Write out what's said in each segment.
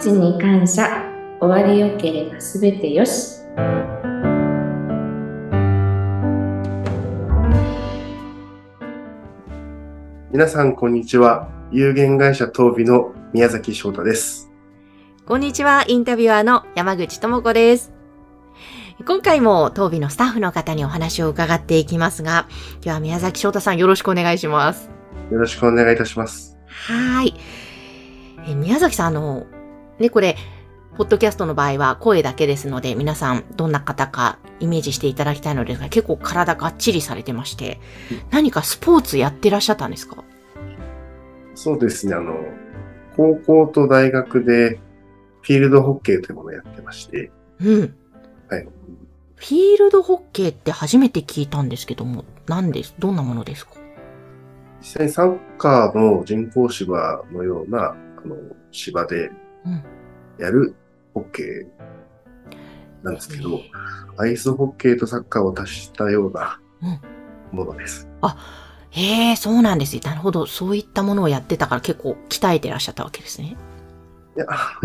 ちに感謝。終わりよければすべてよし。 皆さんこんにちは。有限会社東美の宮崎翔太です。 こんにちは。インタビュアーの山口智子です。今回も東美のスタッフの方にお話を伺っていきますが、今日は宮崎翔太さんよろしくお願いします。 よろしくお願いいたします。 はい。宮崎さんこれポッドキャストの場合は声だけですので、皆さんどんな方かイメージしていただきたいのですが、結構体がっちりされてまして、何かスポーツやってらっしゃったんですか？ そうですね。高校と大学でフィールドホッケーというものをやってまして。 うん。 はい。 フィールドホッケーって初めて聞いたんですけども、どんなものですか？ 実際にサッカーの人工芝のような、芝でやるホッケーなんですけど、アイスホッケーとサッカーを足したようなものです。 そうなんですね。なるほど。そういったものをやってたから結構鍛えてらっしゃったわけですね。 いや、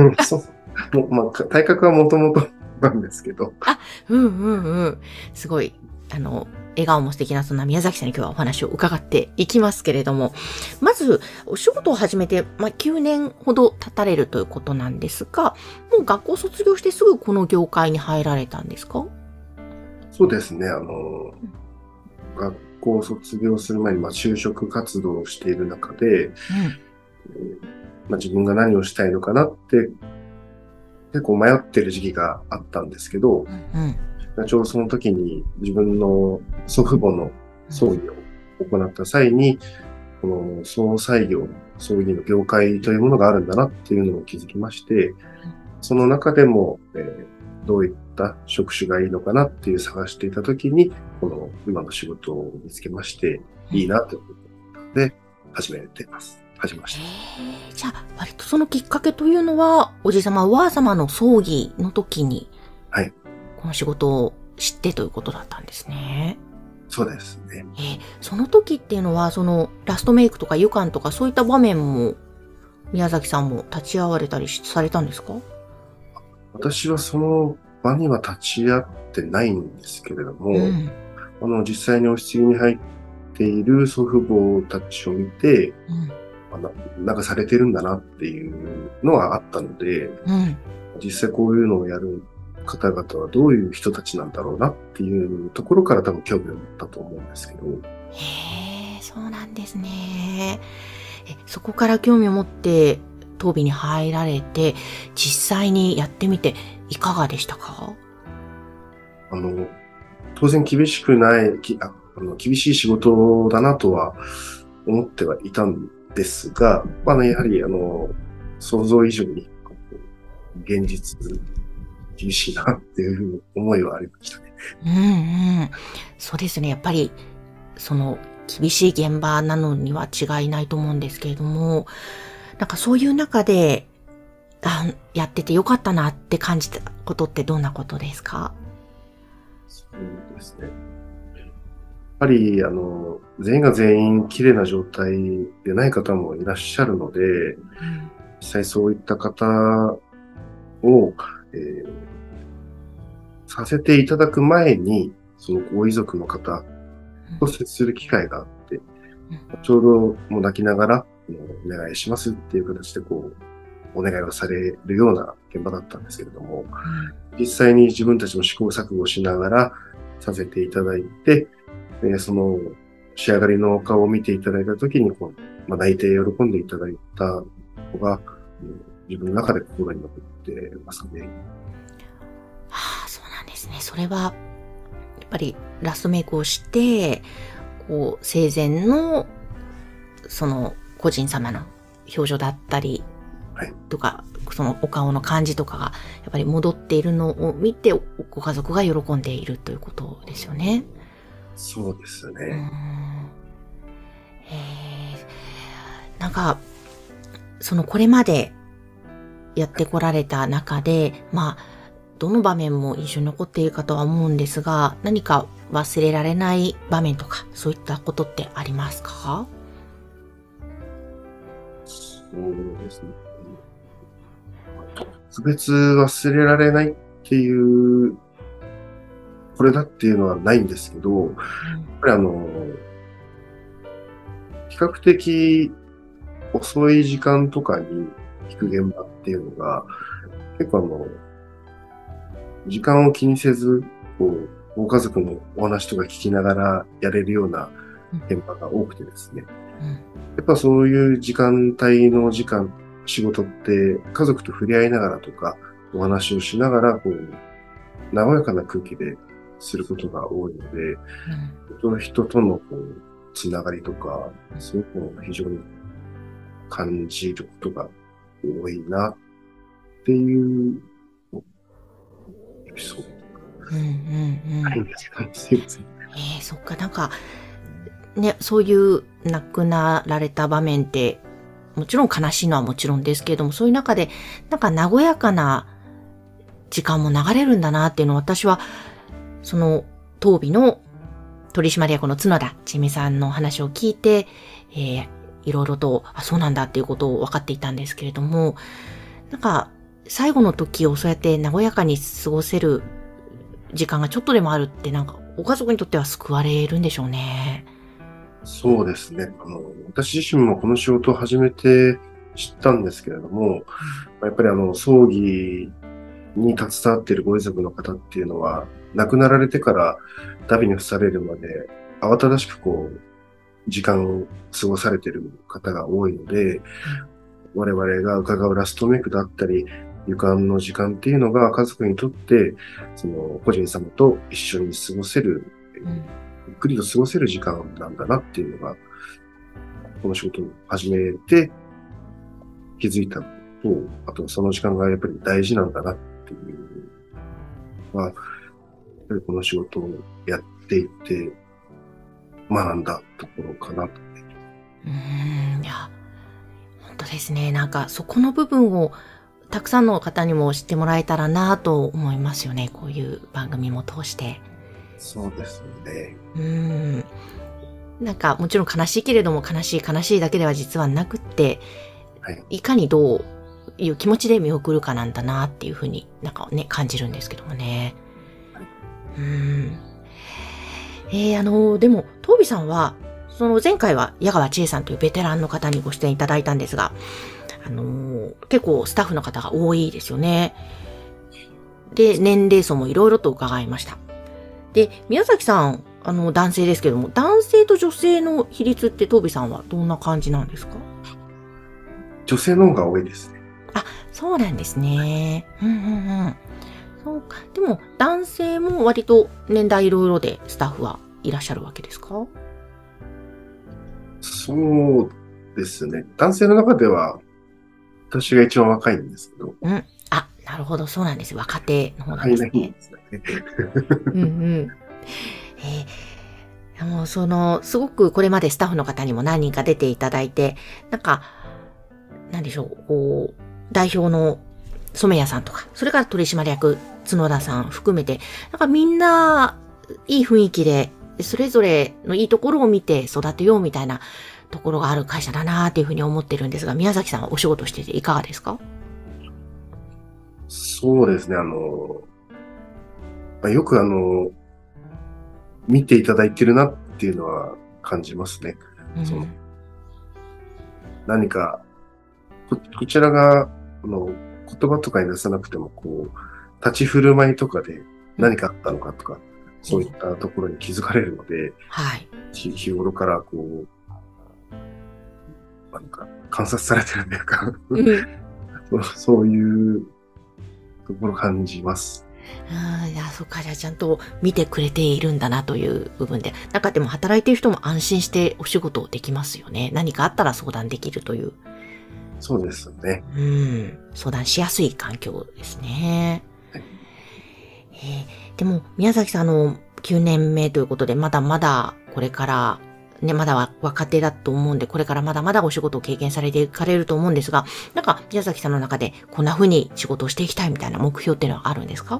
体格はもともとなんですけど。 すごい、笑顔も素敵なそんな宮崎さんに今日はお話を伺っていきますけれども、まず、お仕事を始めて、9年ほど経たれるということなんですが、もう学校卒業してすぐこの業界に入られたんですか？ そうですね。学校卒業する前に就職活動をしている中で、自分が何をしたいのかなって結構迷ってる時期があったんですけど、ちょうどその時に自分の祖父母の葬儀を行った際に、この葬儀の業界というものがあるんだなっていうのを気づきまして、その中でも、どういった職種がいいのかなっていう探していた時に、この今の仕事を見つけまして、いいなということで始めました。 じゃあ、割とそのきっかけというのは、おじさま、おばあさまの葬儀の時に、 はい。 この仕事を知ってということだったんですね。 そうですね。 その時っていうのは、ラストメイクとか湯館とかそういった場面も、宮崎さんも立ち会われたりされたんですか？ 私はその場には立ち会ってないんですけれども、実際にお棺に入っている祖父母たちを見て、なんかされてるんだなっていうのはあったので、実際こういうのをやる方々はどういう人たちなんだろうなっていうところから多分興味を持ったと思うんですけど。 そうなんですね。そこから興味を持って東美に入られて、実際にやってみていかがでしたか？ 当然厳しい仕事だなとは思ってはいたんですが、やはり想像以上に現実厳しいなっていう思いはありましたね。 そうですね。やっぱり厳しい現場なのには違いないと思うんですけれども、なんかそういう中でやっててよかったなって感じたことってどんなことですか？ そうですね。やっぱり全員が全員綺麗な状態でない方もいらっしゃるので、実際そういった方を、させていただく前に、そのご遺族の方と接する機会があって、ちょうどもう泣きながら、お願いしますっていう形でお願いをされるような現場だったんですけれども、実際に自分たちも試行錯誤しながらさせていただいて、その仕上がりの顔を見ていただいたときに、泣いて喜んでいただいたのが、自分の中で心に残ってますね。 そうなんですね。それは、やっぱりラストメイクをして、生前の、個人様の表情だったり、とか、そのお顔の感じとかが、やっぱり戻っているのを見て、ご家族が喜んでいるということですよね。 そうですね。 なんか、これまでやってこられた中で、どの場面も印象に残っているかとは思うんですが、何か忘れられない場面とか、そういったことってありますか？ そうですね。 特別忘れられないっていう、これだっていうのはないんですけど、やっぱり比較的遅い時間とかに行く現場っていうのが、結構時間を気にせず、ご家族のお話とか聞きながらやれるような現場が多くてですね。やっぱそういう時間帯の仕事って家族と触れ合いながらとか、お話をしながら、和やかな空気ですることが多いので、人とのつながりとか、そういうのを非常に感じることが多いなっていうエピソードとかあるんですけど、すいません。 そっか、なんか、ね、そういう亡くなられた場面って、もちろん悲しいのはもちろんですけれども、そういう中で、なんか和やかな時間も流れるんだなっていうのを私は、その、当尾の取締役の角田千美さんの話を聞いて、いろいろと、そうなんだっていうことを分かっていたんですけれども、なんか、最後の時をそうやって和やかに過ごせる時間がちょっとでもあるって、なんか、ご家族にとっては救われるんでしょうね。 そうですね。私自身もこの仕事を始めて知ったんですけれども、やっぱり葬儀に携わっているご遺族の方っていうのは、亡くなられてから荼毘に付されるまで慌ただしく時間を過ごされている方が多いので、我々が伺うラストメイクだったり、夕飯の時間っていうのが家族にとって、故人様と一緒に過ごせる、ゆっくりと過ごせる時間なんだなっていうのが、この仕事を始めて気づいたのと、あとその時間がやっぱり大事なんだなっていうのは、やっぱりこの仕事をやっていて学んだところかなと。 いや、本当ですね。なんかそこの部分をたくさんの方にも知ってもらえたらなと思いますよね。こういう番組も通して。 そうですね。 なんかもちろん悲しいけれども悲しいだけでは実はなくって、いかにどういう気持ちで見送るかなんだなっていうふうになんかね、感じるんですけどもね。でも、トービさんは、その前回は矢川千恵さんというベテランの方にご出演いただいたんですが、結構スタッフの方が多いですよね。で、年齢層もいろいろと伺いました。で、宮崎さん、男性ですけども、男性と女性の比率ってトービさんはどんな感じなんですか？ 女性の方が多いですね。 そうなんですね。そうか。でも、男性も割と年代いろいろでスタッフはいらっしゃるわけですか？ そうですね。男性の中では、私が一番若いんですけど。 なるほど、そうなんです。若手の方なんですね。すごくこれまでスタッフの方にも何人か出ていただいて、なんでしょう、代表の染谷さんとか、それから取締役角田さん含めて、みんないい雰囲気で、それぞれのいいところを見て育てようみたいなところがある会社だなっていうふうに思ってるんですが、宮崎さんはお仕事していていかがですか？ そうですね、よく見ていただいてるなっていうのは感じますね。何か、こちらが、言葉とかに出さなくても、立ち振る舞いとかで何かあったのかとか、そういったところに気づかれるので、日頃から観察されてるというか、そういうところ感じます。 そっか、じゃあちゃんと見てくれているんだなという部分で、でも働いている人も安心してお仕事できますよね。何かあったら相談できるという。 そうですね。 相談しやすい環境ですね。でも、宮崎さん9年目ということで、まだまだこれから、ね、まだ若手だと思うんで、これからまだまだお仕事を経験されていかれると思うんですが、宮崎さんの中でこんな風に仕事をしていきたいみたいな目標っていうのはあるんですか？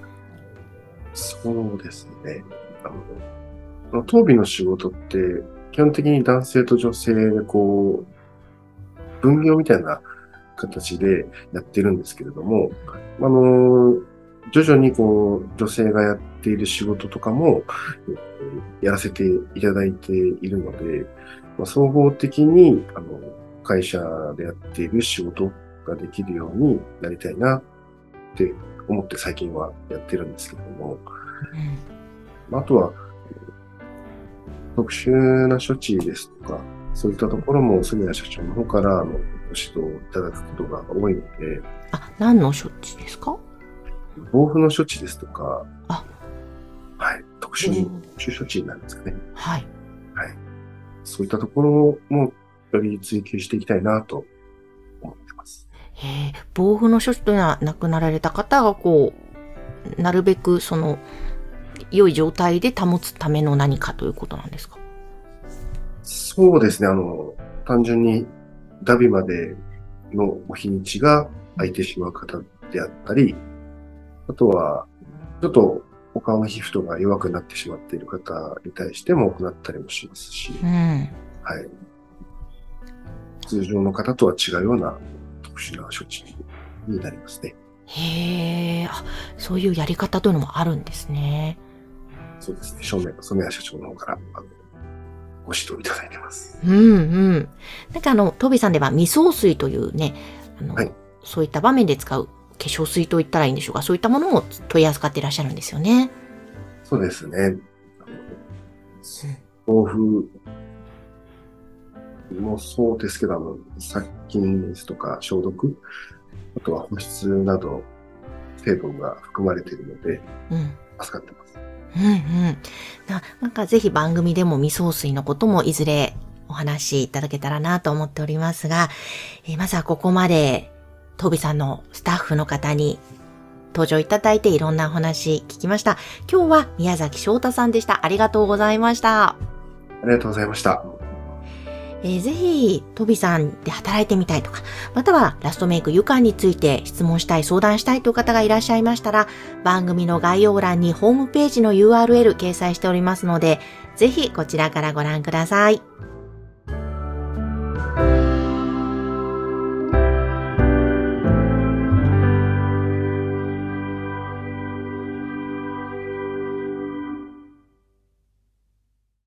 そうですね。当尾の仕事って、基本的に男性と女性で分業みたいな形でやってるんですけれども、徐々に女性がやっている仕事とかも、やらせていただいているので、総合的に、会社でやっている仕事ができるようになりたいなって思って最近はやってるんですけれども、あとは、特殊な処置ですとか、そういったところも杉谷社長の方からご指導いただくことが多いので。 何の処置ですか？ 防腐の処置ですとか、はい、特殊処置なんですかね。 はい。 はい。そういったところもより追求していきたいなと思ってます。 防腐の処置というのは亡くなられた方がなるべく良い状態で保つための何かということなんですか？ そうですね。単純にダビまでの日にちが空いてしまう方であったり、あとは、ちょっとお顔の皮膚とか弱くなってしまっている方に対しても行ったりもしますし、はい。通常の方とは違うような特殊な処置になりますね。 そういうやり方というのもあるんですね。 そうですね。染谷社長の方からご指導いただいてます。 なんかトビさんでは未送水というね、 はい、そういった場面で使う化粧水と言ったらいいんでしょうか。そういったものも取り扱っていらっしゃるんですよね。 そうですね。防腐もそうですけど、殺菌ですとか消毒、あとは保湿など成分が含まれているので、助かってます。 なんかぜひ番組でも未送水のこともいずれお話しいただけたらなと思っておりますが、まずはここまでトビさんのスタッフの方に登場いただいていろんなお話聞きました。今日は宮崎翔太さんでした。ありがとうございました。 ありがとうございました。 ぜひトビさんで働いてみたいとか、またはラストメイクゆかんについて質問したい、相談したいという方がいらっしゃいましたら、番組の概要欄にホームページの URL 掲載しておりますので、ぜひこちらからご覧ください。